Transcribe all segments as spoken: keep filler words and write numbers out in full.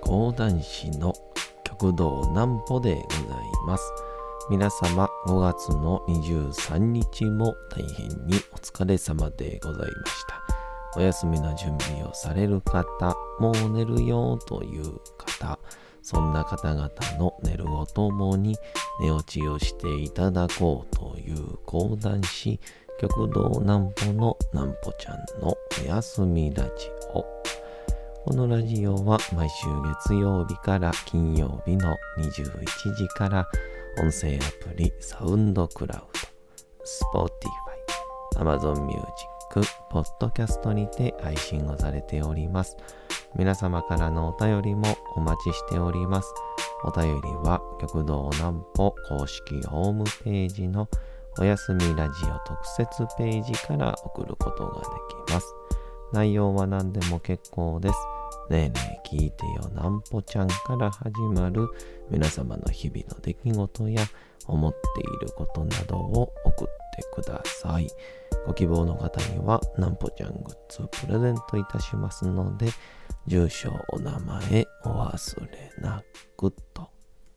講談師の極道南歩でございます。皆様ごがつのにじゅうさんにちも大変にお疲れ様でございました。お休みの準備をされる方、もう寝るよという方、そんな方々の寝るをともに寝落ちをしていただこうという講談師極道南歩の南歩ちゃんのおやすみラジオ。このラジオは毎週月曜日から金曜日のにじゅういちじから音声アプリサウンドクラウド、Spotify、Amazon Music、ポッドキャストにて配信をされております。皆様からのお便りもお待ちしております。お便りは極道南歩公式ホームページのおやすみラジオ特設ページから送ることができます。内容は何でも結構です。ねえねえ聞いてよ南歩ちゃんから始まる皆様の日々の出来事や思っていることなどを送ってください。ご希望の方には南歩ちゃんグッズをプレゼントいたしますので、住所お名前お忘れなくと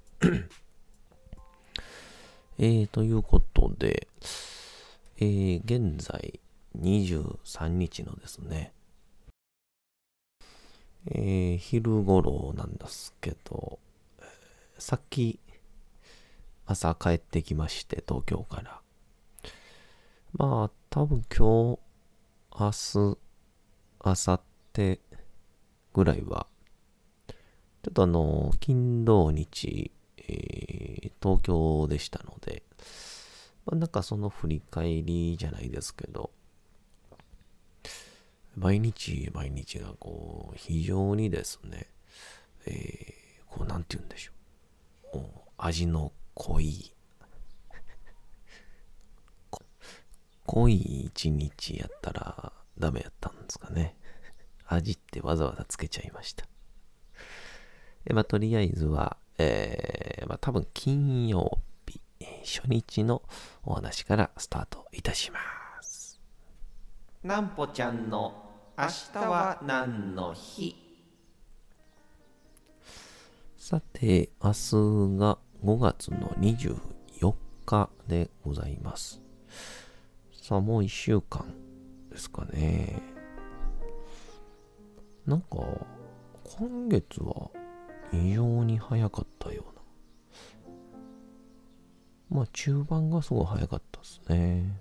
えーということで、えー、現在にじゅうさんにちのですね、えー、昼頃なんですけど、さっき朝帰ってきまして、東京から。まあ多分今日、明日、明後日ぐらいは、ちょっとあの、金土日、えー、東京でしたので、まあ、なんかその振り返りじゃないですけど、毎日毎日がこう非常にですね、えー、こうなんて言うんでしょう、味の濃い濃い一日やったらダメやったんですかね。味ってわざわざつけちゃいました。えまあ、とりあえずは、えーまあ、多分金曜日初日のお話からスタートいたします。なんぽちゃんの明日は何の日。さて、明日がごがつのにじゅうよっかでございます。さあ、もういっしゅうかんですかね。なんか、今月は異常に早かったような。まあ、中盤がすごい早かったですね。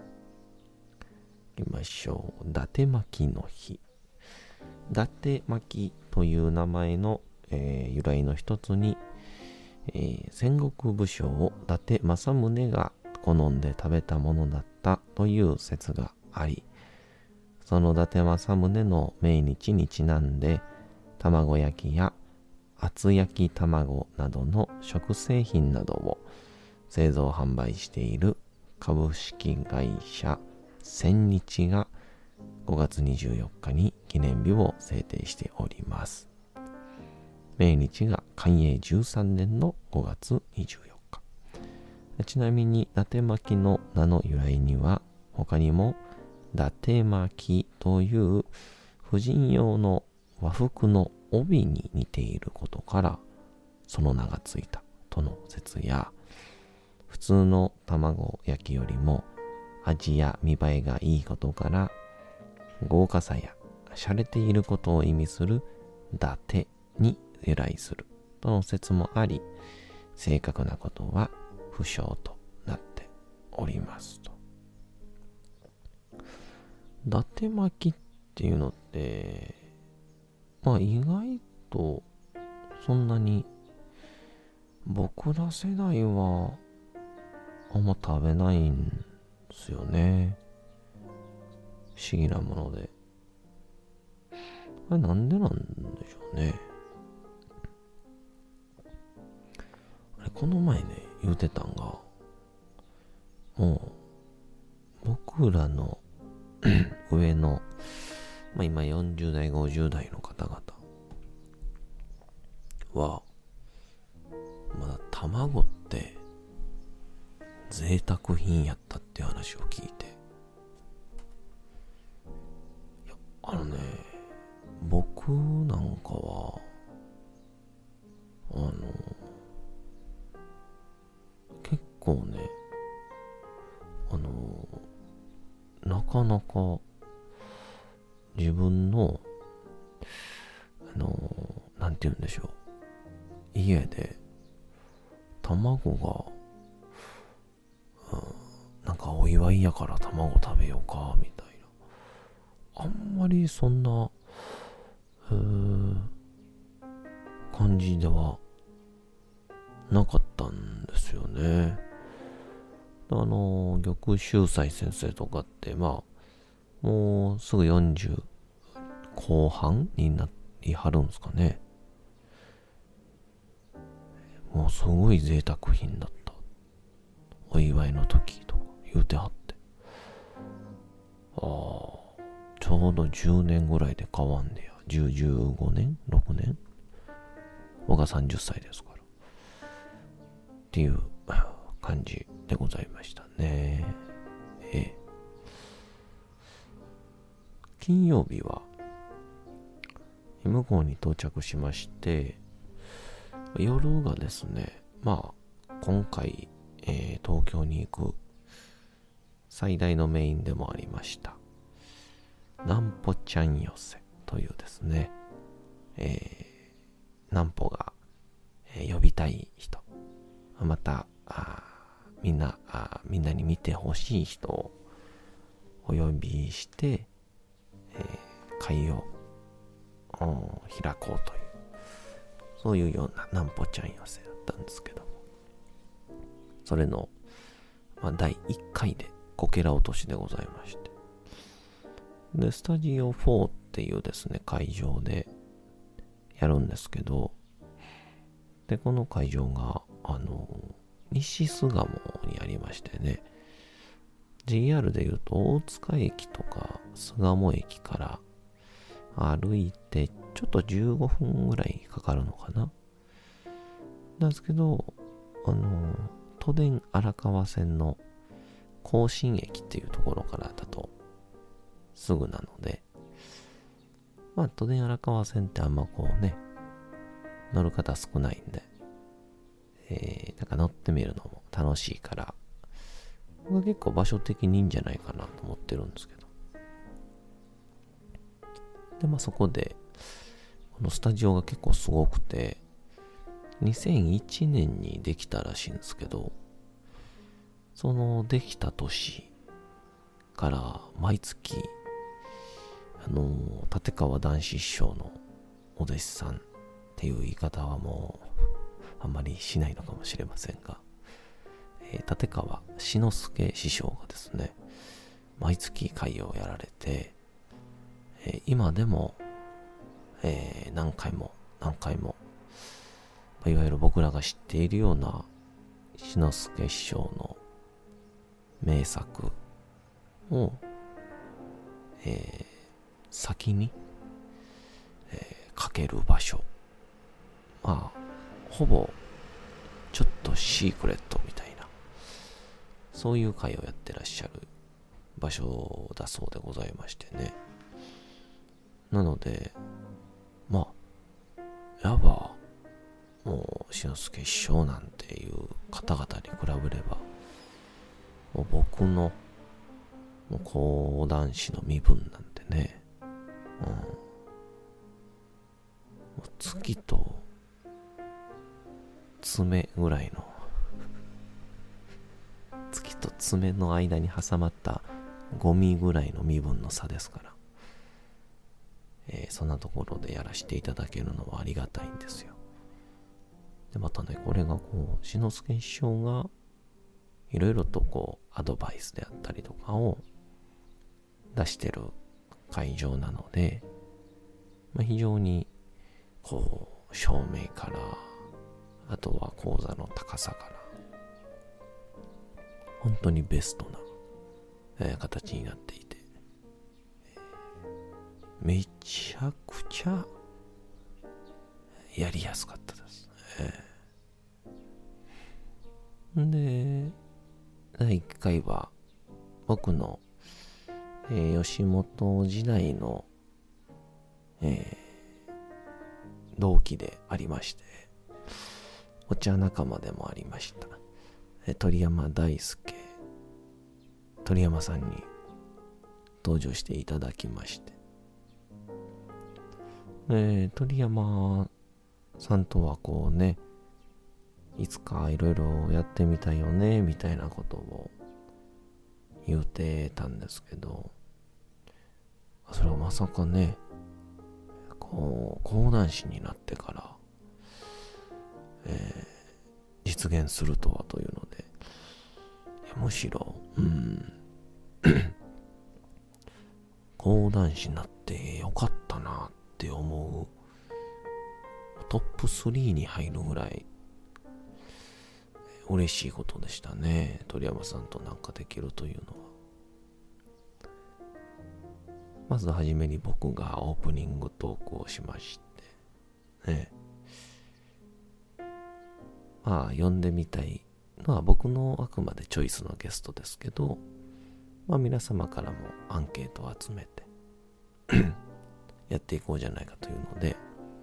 行きましょう。伊達巻の日。伊達巻という名前の、えー、由来の一つに、えー、戦国武将伊達政宗が好んで食べたものだったという説があり、その伊達政宗の命日にちなんで、卵焼きや厚焼き卵などの食製品などを製造販売している株式会社千日がごがつにじゅうよっかに記念日を制定しております。命日が寛永じゅうさんねんのごがつにじゅうよっか。ちなみに伊達巻の名の由来には他にも伊達巻という婦人用の和服の帯に似ていることからその名がついたとの説や、普通の卵焼きよりも味や見栄えがいいことから豪華さや洒落ていることを意味する伊達に由来するとの説もあり、正確なことは不詳となっておりますと。伊達巻っていうのってまあ意外とそんなに僕ら世代はあんま食べないんですよね。不思議なもので。あれなんでなんでしょうね。あれこの前ね言うてたんが、もう僕らの上の、まあ、今よんじゅうだいごじゅうだいの方々はまだ卵って贅沢品やったっていう話を聞いて、いやあのね僕なんかは構ね、あのー、なかなか自分の、あのー、なんて言うんでしょう、家で卵が、うん、なんかお祝いやから卵食べようかみたいな、あんまりそんな、えー、感じではなかったんですよね。あの玉秀斎先生とかってまあもうすぐよんじゅう後半になりはるんですかね。もうすごい贅沢品だった、お祝いの時とか言うてはって、ああちょうどじゅうねんぐらいで変わんねや。じゅう、じゅうごねん ?ろく 年僕がさんじゅっさいですからっていう感じでございましたね。ええ、金曜日は向こうに到着しまして、夜がですね、まあ今回、えー、東京に行く最大のメインでもありましたなんぽちゃん寄せというですね、えー、なんぽが、えー、呼びたい人、またあみんなあみんなに見てほしい人をお呼びして、えー、会を開こうという、そういうようななんぽちゃん寄せだったんですけども、それの、まあ、だいいっかいでこけら落としでございまして、でスタジオフォーっていうですね会場でやるんですけど、でこの会場があの西巣鴨にありましてね、 ジェイアール でいうと大塚駅とか巣鴨駅から歩いてちょっとじゅうごふんぐらいかかるのかな。なんですけど、あの都電荒川線の甲信駅っていうところからだとすぐなので、まあ都電荒川線ってあんまこうね乗る方少ないんで、えー、なんか乗ってみるのも楽しいから、僕は結構場所的にいいんじゃないかなと思ってるんですけど、でまあそこでこのスタジオが結構すごくて、にせんいちねんにできたらしいんですけど、そのできた年から毎月あの立川談志師匠のお弟子さんっていう言い方はもうあんまりしないのかもしれませんが、えー、立川志の輔師匠がですね毎月会をやられて、えー、今でも、えー、何回も何回も、まあ、いわゆる僕らが知っているような志の輔師匠の名作を、えー、先に、えー、かける場所、まあほぼちょっとシークレットみたいな、そういう会をやってらっしゃる場所だそうでございましてね。なのでまあやばもう志の輔師匠なんていう方々に比べれば、もう僕のもう講談師の身分なんてね、うん、もう月と爪ぐらいの月と爪の間に挟まったゴミぐらいの身分の差ですから、えー、そんなところでやらせていただけるのはありがたいんですよ。でまたね、これがこう志の輔師匠がいろいろとこうアドバイスであったりとかを出してる会場なので、まあ、非常にこう照明からあとは講座の高さから本当にベストな、えー、形になっていて、えー、めちゃくちゃやりやすかったです、えー、でだいいっかいは僕の、えー、吉本時代の、えー、同期でありまして、お茶仲間でもありました、 え鳥山大輔、鳥山さんに登場していただきまして、えー、鳥山さんとはこうね、いつかいろいろやってみたいよねみたいなことを言うてたんですけど、それはまさかね、こう講談師になってから、えー、実現するとはというので、いやむしろうん講談師になってよかったなって思うトップスリーに入るぐらい嬉しいことでしたね。鳥山さんとなんかできるというのは。まずはじめに僕がオープニングトークをしましてね、まあ呼んでみたいのは僕のあくまでチョイスのゲストですけど、まあ皆様からもアンケートを集めてやっていこうじゃないかというので、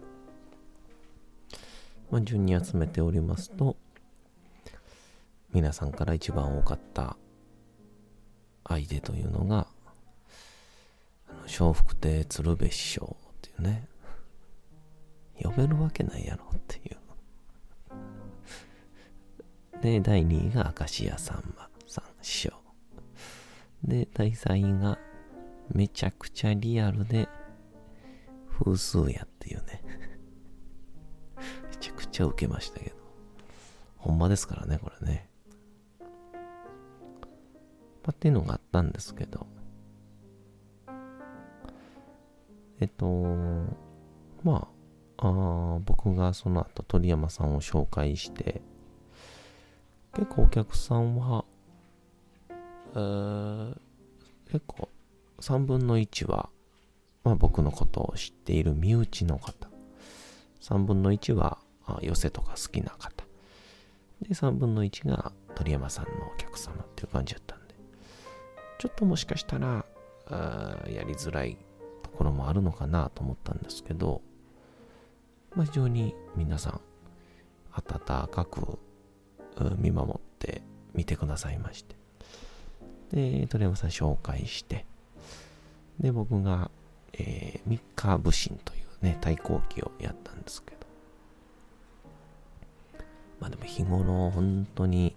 まあ順に集めておりますと、皆さんから一番多かった相手というのが笑福亭鶴瓶師匠っていうね、呼べるわけないやろっていうで、だいにいが明石家さんまさん師匠で、だいさんいがめちゃくちゃリアルで風数やっていうねめちゃくちゃ受けましたけど、ほんまですからねこれね、まあ、っていうのがあったんですけど、えっとまあ、あ僕がその後鳥山さんを紹介して、結構お客さんは、えー、結構さんぶんのいちは、まあ、僕のことを知っている身内の方、さんぶんのいちは寄席とか好きな方で、さんぶんのいちが鳥山さんのお客様っていう感じだったんで、ちょっともしかしたらやりづらいところもあるのかなと思ったんですけど、まあ、非常に皆さん温かく見守って見てくださいまして、で鳥山さん紹介して、で僕が、えー、三日武神というね太閤記をやったんですけど、まあでも日頃本当に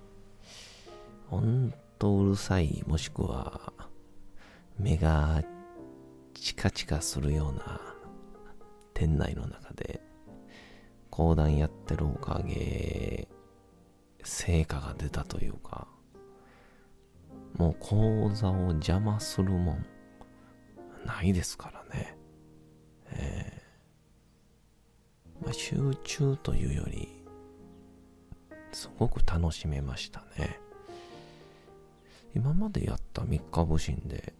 本当うるさい、もしくは目がチカチカするような店内の中で講談やってるおかげ、成果が出たというか、もう講座を邪魔するもんないですからね。えーまあ、集中というよりすごく楽しめましたね。今までやった三日武神で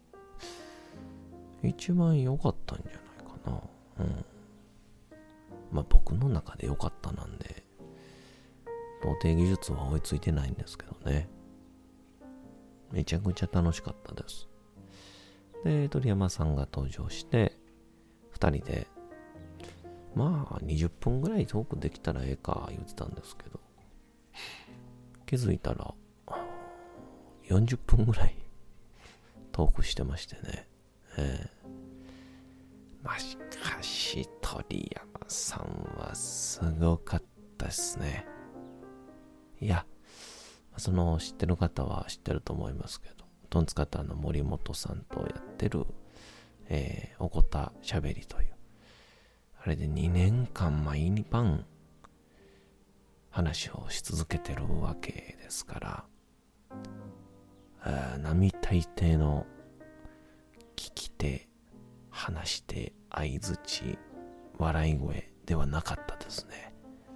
一番良かったんじゃないかな。うん。まあ僕の中で良かったなんで、到底技術は追いついてないんですけどね。めちゃくちゃ楽しかったです。で、鳥山さんが登場して、二人で、まあにじゅっぷんぐらいトークできたらええか言ってたんですけど、気づいたらよんじゅっぷんぐらいトークしてましてね。えー、まあしかし鳥山さんはすごかったですね。いや、その知ってる方は知ってると思いますけど、トンツカタンの森本さんとやってる、えー、おこたしゃべりという、あれでにねんかん毎晩話をし続けてるわけですから、あ並大抵の聞き手、話し手、相づち、笑い声ではなかったですね。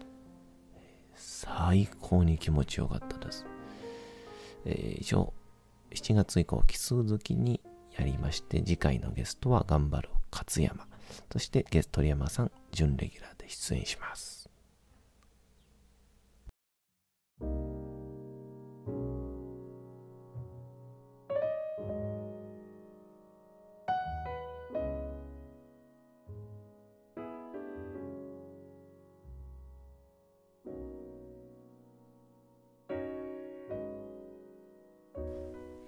最高に気持ちよかったです。えー、以上、しちがつ以降奇数月にやりまして、次回のゲストは頑張る勝山、そしてゲスト鳥山さん準レギュラーで出演します。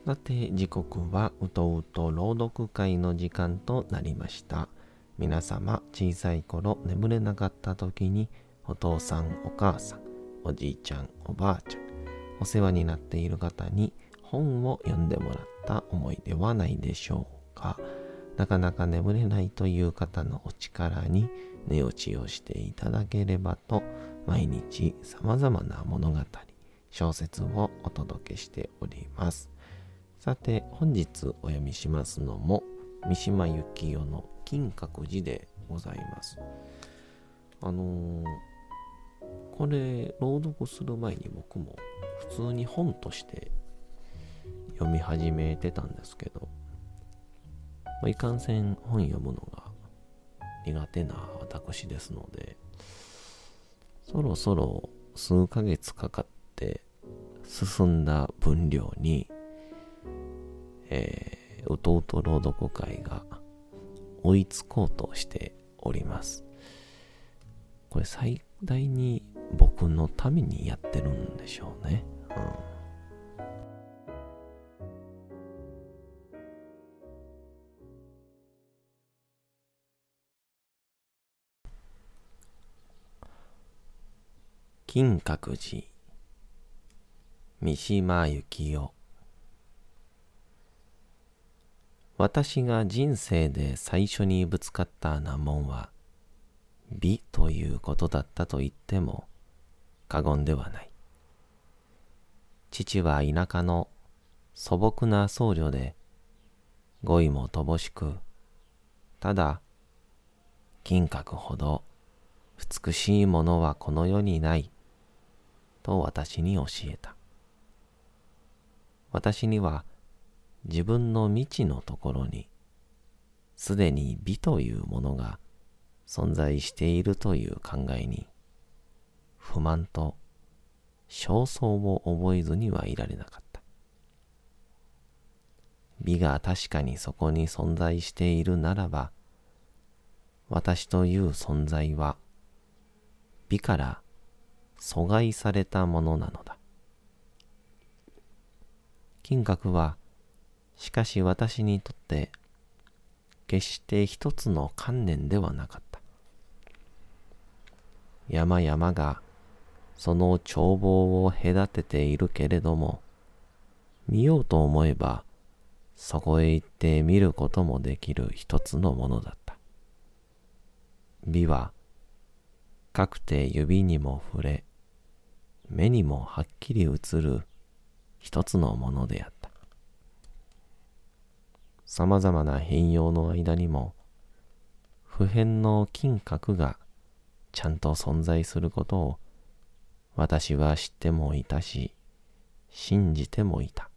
さて時刻はうとうと朗読会の時間となりました。皆様小さい頃眠れなかった時にお父さんお母さんおじいちゃんおばあちゃんお世話になっている方に本を読んでもらった思いではないでしょうか。なかなか眠れないという方のお力に寝落ちをしていただければと毎日様々な物語小説をお届けしております。さて本日お読みしますのも三島由紀夫の金閣寺でございます。あのー、これ朗読する前に僕も普通に本として読み始めてたんですけど、まあ、いかんせん本読むのが苦手な私ですので、そろそろ数ヶ月かかって進んだ分量にえー、うとうと朗読会が追いつこうとしております。これ最大に僕のためにやってるんでしょうね。うん、金閣寺、三島由紀夫。私が人生で最初にぶつかった難問は美ということだったと言っても過言ではない。父は田舎の素朴な僧侶で語彙も乏しく、ただ金閣ほど美しいものはこの世にないと私に教えた。私には自分の未知のところにすでに美というものが存在しているという考えに不満と焦燥を覚えずにはいられなかった。美が確かにそこに存在しているならば、私という存在は美から阻害されたものなのだ。金閣はしかし私にとって決して一つの観念ではなかった。山々がその眺望を隔てているけれども、見ようと思えばそこへ行って見ることもできる一つのものだった。美はかくて指にも触れ、目にもはっきり映る一つのものであった。さまざまな変容の間にも不変の金閣がちゃんと存在することを私は知ってもいたし信じてもいた。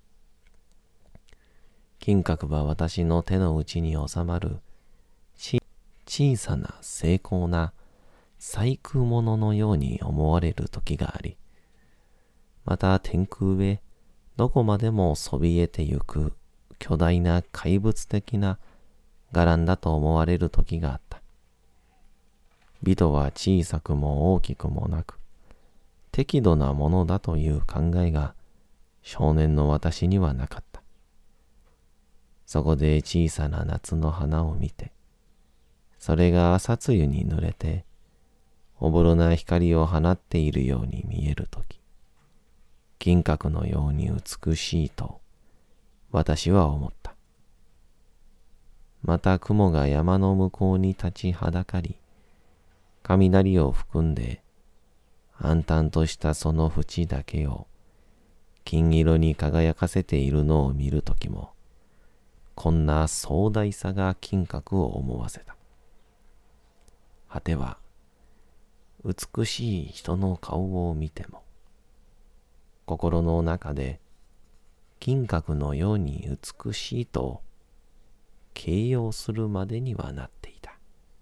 金閣は私の手の内に収まる小さな精巧な細工物のように思われる時があり、また天空へどこまでもそびえてゆく巨大な怪物的な伽藍だと思われる時があった。美とは小さくも大きくもなく、適度なものだという考えが少年の私にはなかった。そこで小さな夏の花を見て、それが朝露に濡れて、おぼろな光を放っているように見えるとき、金閣のように美しいと私は思った。また雲が山の向こうに立ちはだかり、雷を含んで暗淡としたその縁だけを金色に輝かせているのを見るときも、こんな壮大さが金閣を思わせた。果ては美しい人の顔を見ても、心の中で金閣のように美しいと形容するまでにはなっていた。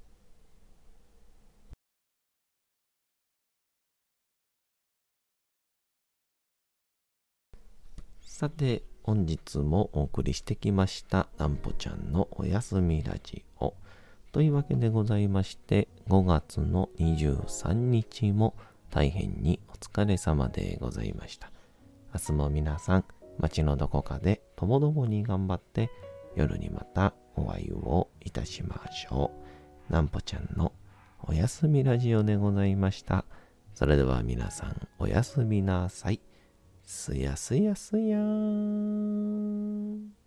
さて本日もお送りしてきましたなんぽちゃんのおやすみラジオというわけでございまして、ごがつのにじゅうさんにちも大変にお疲れ様でございました。明日も皆さん街のどこかでともどもに頑張って夜にまたお会いをいたしましょう。なんぽちゃんのおやすみラジオでございました。それでは皆さんおやすみなさい。すやすやすやーん。